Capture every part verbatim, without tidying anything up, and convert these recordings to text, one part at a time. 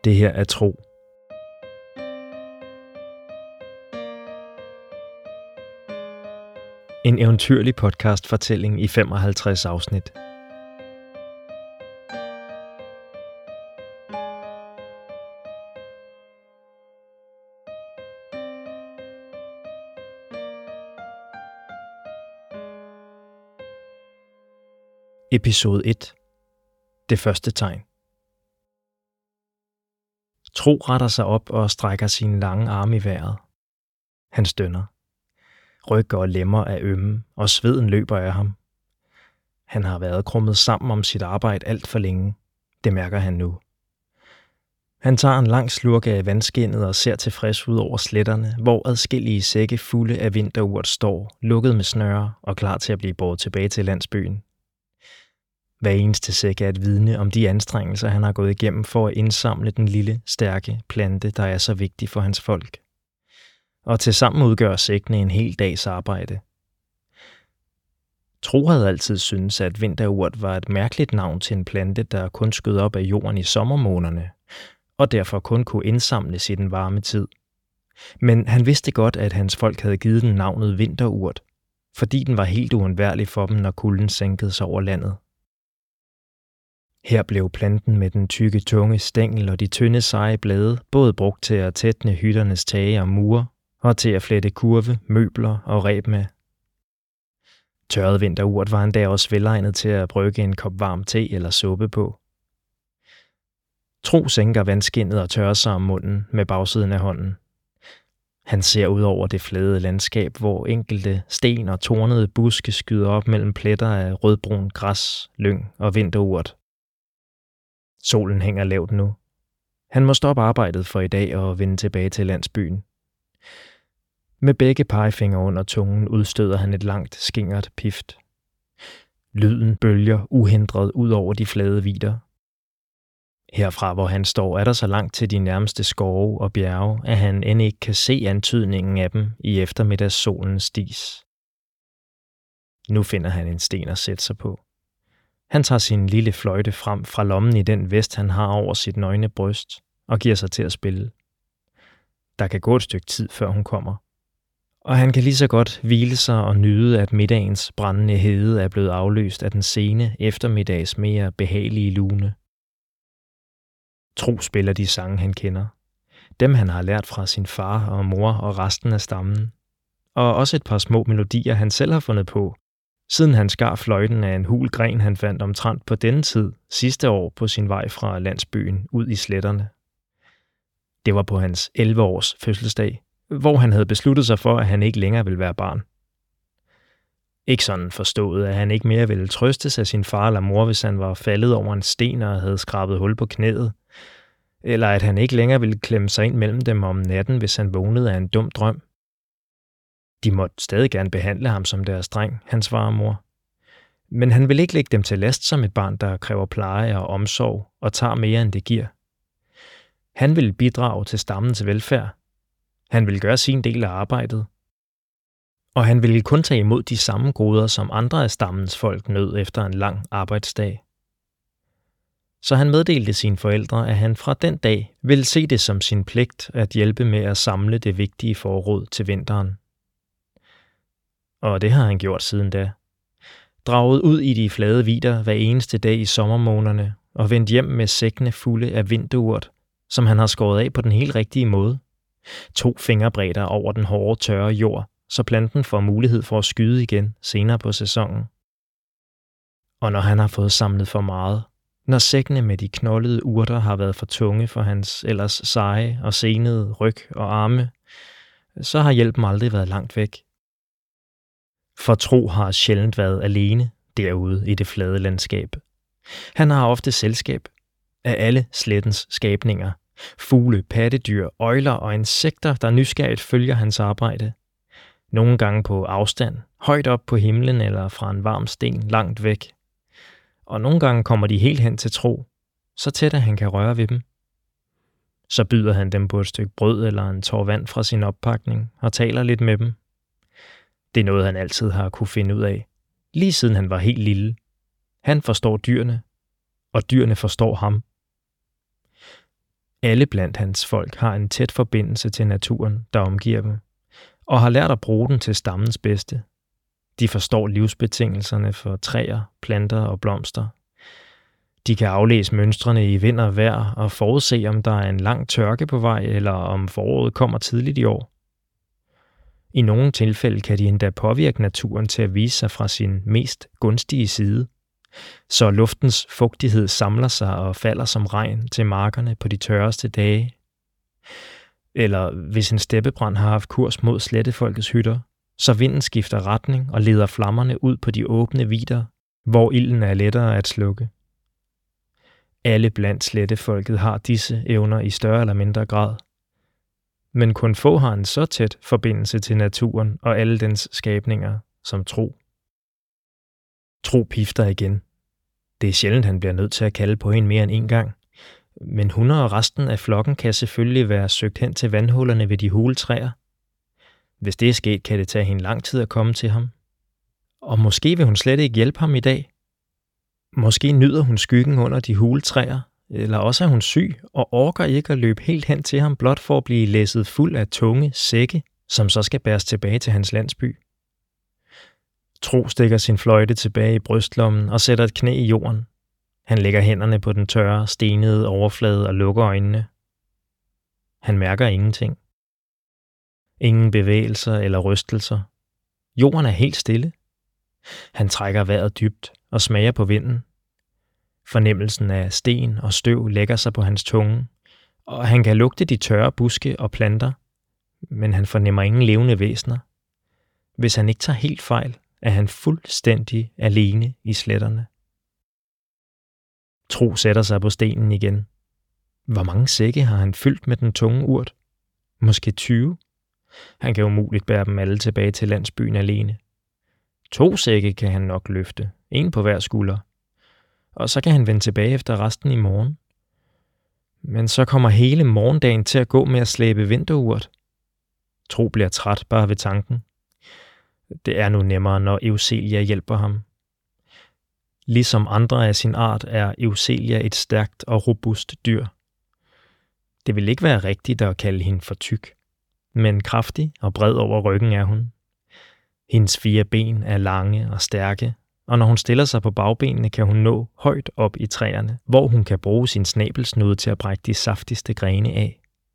Det her er Tro. En eventyrlig podcast-fortælling i femoghalvtreds afsnit. Episode et. Det første tegn. Tro retter sig op og strækker sine lange arme i vejret. Han stønner. Ryg og lemmer er ømme, og sveden løber af ham. Han har været krummet sammen om sit arbejde alt for længe. Det mærker han nu. Han tager en lang slurk af vandskinnet og ser tilfreds ud over sletterne, hvor adskillige sække fulde af vinterurt står, lukket med snøre og klar til at blive båret tilbage til landsbyen. Hver eneste sæk er et vidne om de anstrengelser, han har gået igennem for at indsamle den lille, stærke plante, der er så vigtig for hans folk. Og tilsammen udgør sækkene en hel dags arbejde. Tro havde altid syntes, at vinterurt var et mærkeligt navn til en plante, der kun skød op af jorden i sommermånederne, og derfor kun kunne indsamles i den varme tid. Men han vidste godt, at hans folk havde givet den navnet vinterurt, fordi den var helt uundværlig for dem, når kulden sænkede sig over landet. Her blev planten med den tykke, tunge stængel og de tynde, seje blade både brugt til at tætne hytternes tage og mure, og til at flette kurve, møbler og reb med. Tørret vinterurt var endda også velegnet til at brygge en kop varm te eller suppe på. Tro sænker vandskinnet og tørrer sig om munden med bagsiden af hånden. Han ser ud over det flade landskab, hvor enkelte sten og tornede buske skyder op mellem pletter af rødbrun græs, lyng og vinterurt. Solen hænger lavt nu. Han må stoppe arbejdet for i dag og vende tilbage til landsbyen. Med begge pegefingre under tungen udstøder han et langt, skingert pift. Lyden bølger uhindret ud over de flade vidder. Herfra, hvor han står, er der så langt til de nærmeste skove og bjerge, at han end ikke kan se antydningen af dem i eftermiddagssolens dis. Nu finder han en sten at sætte sig på. Han tager sin lille fløjte frem fra lommen i den vest, han har over sit nøgne bryst, og giver sig til at spille. Der kan gå et stykke tid, før hun kommer. Og han kan lige så godt hvile sig og nyde, at middagens brændende hede er blevet afløst af den sene eftermiddags mere behagelige lune. Tro spiller de sange, han kender. Dem, han har lært fra sin far og mor og resten af stammen. Og også et par små melodier, han selv har fundet på, siden han skar fløjten af en hul gren, han fandt omtrent på denne tid sidste år på sin vej fra landsbyen ud i sletterne. Det var på hans elleve års fødselsdag, hvor han havde besluttet sig for, at han ikke længere ville være barn. Ikke sådan forstået, at han ikke mere ville trøstes af sin far eller mor, hvis han var faldet over en sten og havde skrabet hul på knæet, eller at han ikke længere ville klemme sig ind mellem dem om natten, hvis han vågnede af en dum drøm. De måtte stadig gerne behandle ham som deres dreng, hans far og mor. Men han ville ikke lægge dem til last som et barn, der kræver pleje og omsorg og tager mere, end det giver. Han ville bidrage til stammens velfærd. Han ville gøre sin del af arbejdet. Og han ville kun tage imod de samme goder, som andre af stammens folk nød efter en lang arbejdsdag. Så han meddelte sine forældre, at han fra den dag ville se det som sin pligt at hjælpe med at samle det vigtige forråd til vinteren. Og det har han gjort siden da. Draget ud i de flade vidder hver eneste dag i sommermånederne og vendt hjem med sækkene fulde af vinterurt, som han har skåret af på den helt rigtige måde. To fingerbredder over den hårde, tørre jord, så planten får mulighed for at skyde igen senere på sæsonen. Og når han har fået samlet for meget, når sækkene med de knoldede urter har været for tunge for hans ellers seje og senede ryg og arme, så har hjælpen aldrig været langt væk. For Tro har sjældent været alene derude i det flade landskab. Han har ofte selskab af alle slettens skabninger. Fugle, pattedyr, øgler og insekter, der nysgerrigt følger hans arbejde. Nogle gange på afstand, højt op på himlen eller fra en varm sten langt væk. Og nogle gange kommer de helt hen til Tro, så tæt at han kan røre ved dem. Så byder han dem på et stykke brød eller en tår vand fra sin oppakning og taler lidt med dem. Det er noget, han altid har kunne finde ud af, lige siden han var helt lille. Han forstår dyrene, og dyrene forstår ham. Alle blandt hans folk har en tæt forbindelse til naturen, der omgiver dem, og har lært at bruge den til stammens bedste. De forstår livsbetingelserne for træer, planter og blomster. De kan aflæse mønstrene i vind og vejr og forudse, om der er en lang tørke på vej, eller om foråret kommer tidligt i år. I nogle tilfælde kan de endda påvirke naturen til at vise sig fra sin mest gunstige side, så luftens fugtighed samler sig og falder som regn til markerne på de tørreste dage. Eller hvis en steppebrand har haft kurs mod slettefolkets hytter, så vinden skifter retning og leder flammerne ud på de åbne vidder, hvor ilden er lettere at slukke. Alle blandt slettefolket har disse evner i større eller mindre grad. Men kun få har en så tæt forbindelse til naturen og alle dens skabninger som Tro. Tro pifter igen. Det er sjældent, han bliver nødt til at kalde på hende mere end en gang. Men hun og resten af flokken kan selvfølgelig være søgt hen til vandhullerne ved de hule træer. Hvis det er sket, kan det tage hende lang tid at komme til ham. Og måske vil hun slet ikke hjælpe ham i dag. Måske nyder hun skyggen under de hule træer, eller også er hun syg og orker ikke at løbe helt hen til ham, blot for at blive læsset fuld af tunge sække, som så skal bæres tilbage til hans landsby. Tro stikker sin fløjte tilbage i brystlommen og sætter et knæ i jorden. Han lægger hænderne på den tørre, stenede overflade og lukker øjnene. Han mærker ingenting. Ingen bevægelser eller rystelser. Jorden er helt stille. Han trækker vejret dybt og smager på vinden. Fornemmelsen af sten og støv lægger sig på hans tunge, og han kan lugte de tørre buske og planter, men han fornemmer ingen levende væsener. Hvis han ikke tager helt fejl, er han fuldstændig alene i sletterne. Tro sætter sig på stenen igen. Hvor mange sække har han fyldt med den tunge urt? Måske tyve? Han kan umuligt bære dem alle tilbage til landsbyen alene. To sække kan han nok løfte, en på hver skulder. Og så kan han vende tilbage efter resten i morgen. Men så kommer hele morgendagen til at gå med at slæbe vinterurt. Tro bliver træt bare ved tanken. Det er nu nemmere, når Euselia hjælper ham. Ligesom andre af sin art er Euselia et stærkt og robust dyr. Det vil ikke være rigtigt at kalde hende for tyk, men kraftig og bred over ryggen er hun. Hendes fire ben er lange og stærke, og når hun stiller sig på bagbenene, kan hun nå højt op i træerne, hvor hun kan bruge sin snabelsnude til at brække de saftigste grene af.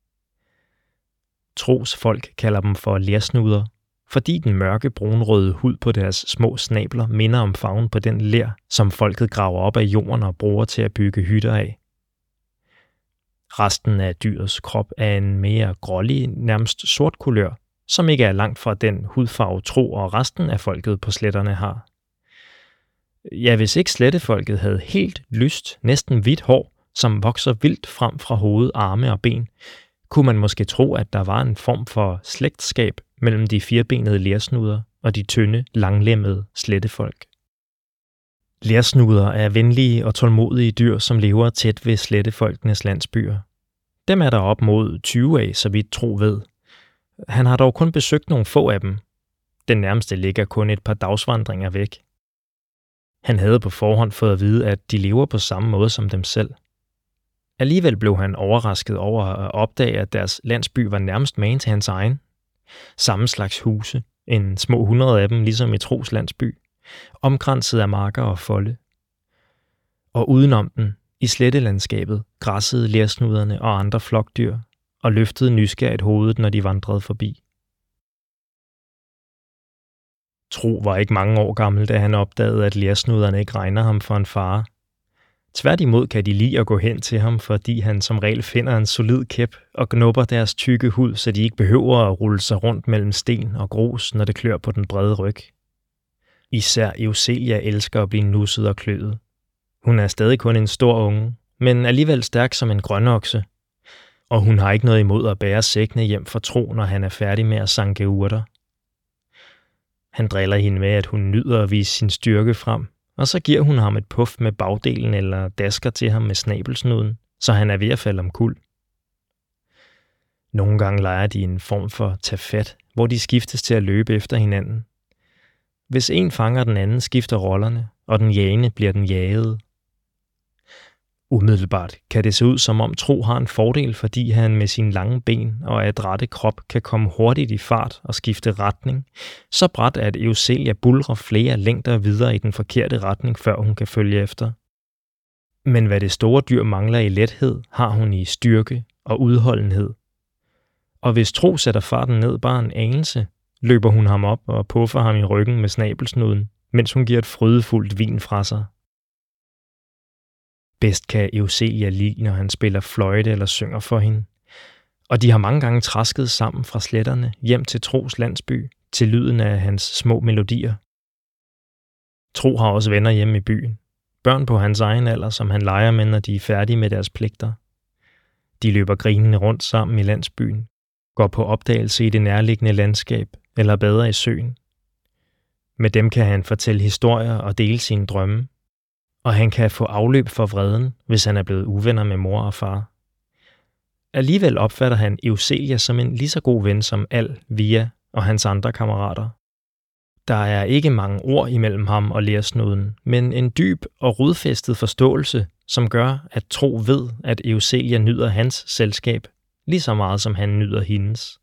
Tros folk kalder dem for lersnuder, fordi den mørke brunrøde hud på deres små snabler minder om farven på den ler, som folket graver op af jorden og bruger til at bygge hytter af. Resten af dyrets krop er en mere grålig, nærmest sort kulør, som ikke er langt fra den hudfarve Tro og resten af folket på sletterne har. Ja, hvis ikke slettefolket havde helt lyst, næsten hvidt hår, som vokser vildt frem fra hoved, arme og ben, kunne man måske tro, at der var en form for slægtskab mellem de firbenede lersnuder og de tynde, langlemmede slettefolk. Lersnuder er venlige og tålmodige dyr, som lever tæt ved slettefolkenes landsbyer. Dem er der op mod tyve af, så vidt Tro ved. Han har dog kun besøgt nogle få af dem. Den nærmeste ligger kun et par dagsvandringer væk. Han havde på forhånd fået at vide, at de lever på samme måde som dem selv. Alligevel blev han overrasket over at opdage, at deres landsby var nærmest magen til hans egen. Samme slags huse, en små hundrede af dem, ligesom i Tros landsby, omkranset af marker og folde. Og udenom den, i slettelandskabet, græssede lersnuderne og andre flokdyr, og løftede nysgerrigt hovedet, når de vandrede forbi. Tro var ikke mange år gammel, da han opdagede, at lersnuderne ikke regner ham for en fare. Tværtimod kan de lide at gå hen til ham, fordi han som regel finder en solid kæp og knupper deres tykke hud, så de ikke behøver at rulle sig rundt mellem sten og grus, når det klør på den brede ryg. Især Euselia elsker at blive nusset og kløet. Hun er stadig kun en stor unge, men alligevel stærk som en grønokse, og hun har ikke noget imod at bære sækkene hjem for Tro, når han er færdig med at sanke urter. Han driller hende med, at hun nyder at vise sin styrke frem, og så giver hun ham et puff med bagdelen eller dasker til ham med snabelsnuden, så han er ved at falde omkuld. Nogle gange leger de en form for tafat, hvor de skiftes til at løbe efter hinanden. Hvis en fanger den anden, skifter rollerne, og den jagende bliver den jagede. Umiddelbart kan det se ud som om Tro har en fordel, fordi han med sine lange ben og adrette krop kan komme hurtigt i fart og skifte retning, så brat at Euselia bulrer flere længder videre i den forkerte retning, før hun kan følge efter. Men hvad det store dyr mangler i lethed, har hun i styrke og udholdenhed. Og hvis Tro sætter farten ned bare en anelse, løber hun ham op og puffer ham i ryggen med snabelsnuden, mens hun giver et frydefuldt vin fra sig. Bedst kan Euselia lide, når han spiller fløjte eller synger for hende. Og de har mange gange trasket sammen fra sletterne hjem til Tros landsby, til lyden af hans små melodier. Tro har også venner hjemme i byen. Børn på hans egen alder, som han leger med, når de er færdige med deres pligter. De løber grinende rundt sammen i landsbyen, går på opdagelse i det nærliggende landskab eller bader i søen. Med dem kan han fortælle historier og dele sine drømme. Og han kan få afløb for vreden, hvis han er blevet uvenner med mor og far. Alligevel opfatter han Euselia som en lige så god ven som Al, Via og hans andre kammerater. Der er ikke mange ord imellem ham og lersnuden, men en dyb og rodfæstet forståelse, som gør, at Tro ved, at Euselia nyder hans selskab, lige så meget som han nyder hendes.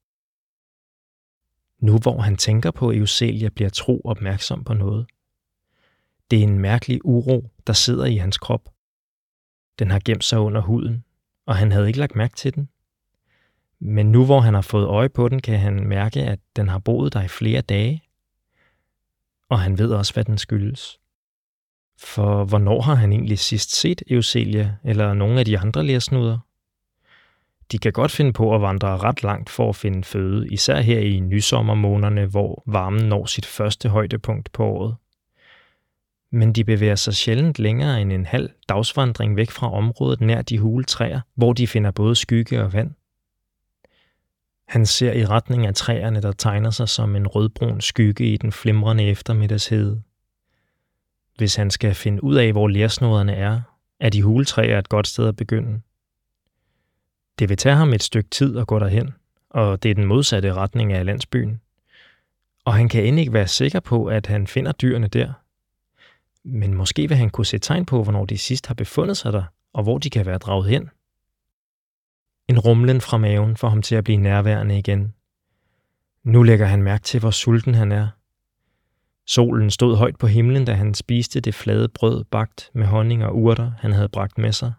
Nu hvor han tænker på Euselia, bliver Tro opmærksom på noget. Det er en mærkelig uro, der sidder i hans krop. Den har gemt sig under huden, og han havde ikke lagt mærke til den. Men nu hvor han har fået øje på den, kan han mærke, at den har boet der i flere dage. Og han ved også, hvad den skyldes. For hvornår har han egentlig sidst set Euselia eller nogle af de andre lersnuder? De kan godt finde på at vandre ret langt for at finde føde, især her i nysommermånederne, hvor varmen når sit første højdepunkt på året. Men de bevæger sig sjældent længere end en halv dagsvandring væk fra området nær de hule træer, hvor de finder både skygge og vand. Han ser i retning af træerne, der tegner sig som en rødbrun skygge i den flimrende eftermiddagshede. Hvis han skal finde ud af, hvor lersnoderne er, er de hule træer et godt sted at begynde. Det vil tage ham et stykke tid at gå derhen, og det er den modsatte retning af landsbyen. Og han kan end ikke være sikker på, at han finder dyrene der. Men måske vil han kunne se tegn på, hvornår de sidst har befundet sig der, og hvor de kan være draget hen. En rumlen fra maven får ham til at blive nærværende igen. Nu lægger han mærke til, hvor sulten han er. Solen stod højt på himlen, da han spiste det flade brød bagt med honning og urter, han havde bragt med sig.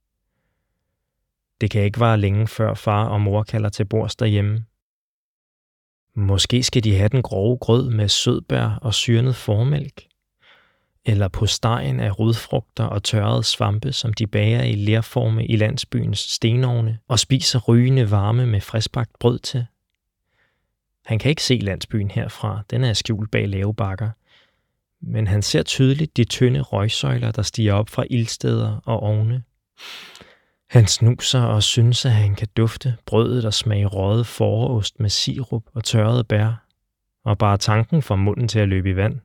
Det kan ikke vare længe, før far og mor kalder til bords derhjemme. Måske skal de have den grove grød med sødbær og syrnet formælk. Eller på stegen af rodfrugter og tørrede svampe, som de bager i lerforme i landsbyens stenovne og spiser rygende varme med friskbagt brød til. Han kan ikke se landsbyen herfra, den er skjult bag lave bakker, men han ser tydeligt de tynde røgsøjler, der stiger op fra ildsteder og ovne. Han snuser og synes, at han kan dufte brødet og smage røget fåreost med sirup og tørrede bær, og bare tanken får munden til at løbe i vand.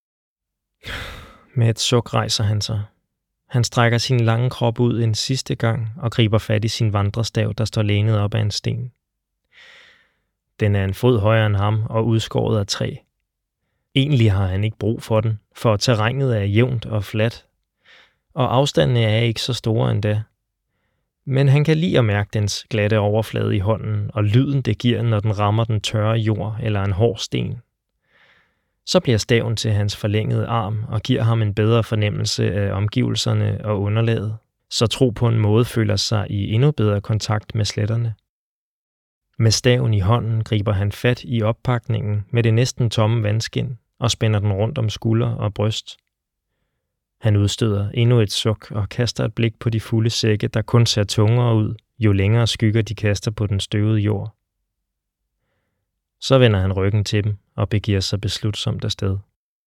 Med et suk rejser han sig. Han strækker sin lange krop ud en sidste gang og griber fat i sin vandrestav, der står lænet op ad en sten. Den er en fod højere end ham og udskåret af træ. Egentlig har han ikke brug for den, for terrænet er jævnt og fladt, og afstandene er ikke så store endda. Men han kan lide at mærke dens glatte overflade i hånden og lyden det giver, når den rammer den tørre jord eller en hård sten. Så bliver staven til hans forlængede arm og giver ham en bedre fornemmelse af omgivelserne og underlaget, så Tro på en måde føler sig i endnu bedre kontakt med sletterne. Med staven i hånden griber han fat i oppakningen med det næsten tomme vandskin og spænder den rundt om skulder og bryst. Han udstøder endnu et suk og kaster et blik på de fulde sække, der kun ser tungere ud, jo længere skygger de kaster på den støvede jord. Så vender han ryggen til dem og begiver sig beslutsomt afsted.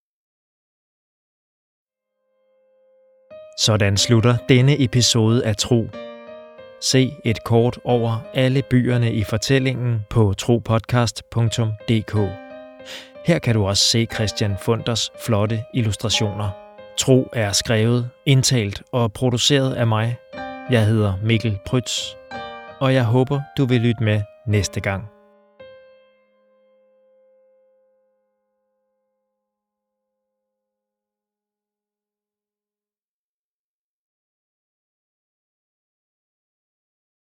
Sådan slutter denne episode af Tro. Se et kort over alle byerne i fortællingen på tropodcast punktum d k. Her kan du også se Christian Funders flotte illustrationer. Tro er skrevet, indtalt og produceret af mig. Jeg hedder Mikkel Prytz, og jeg håber, du vil lytte med næste gang.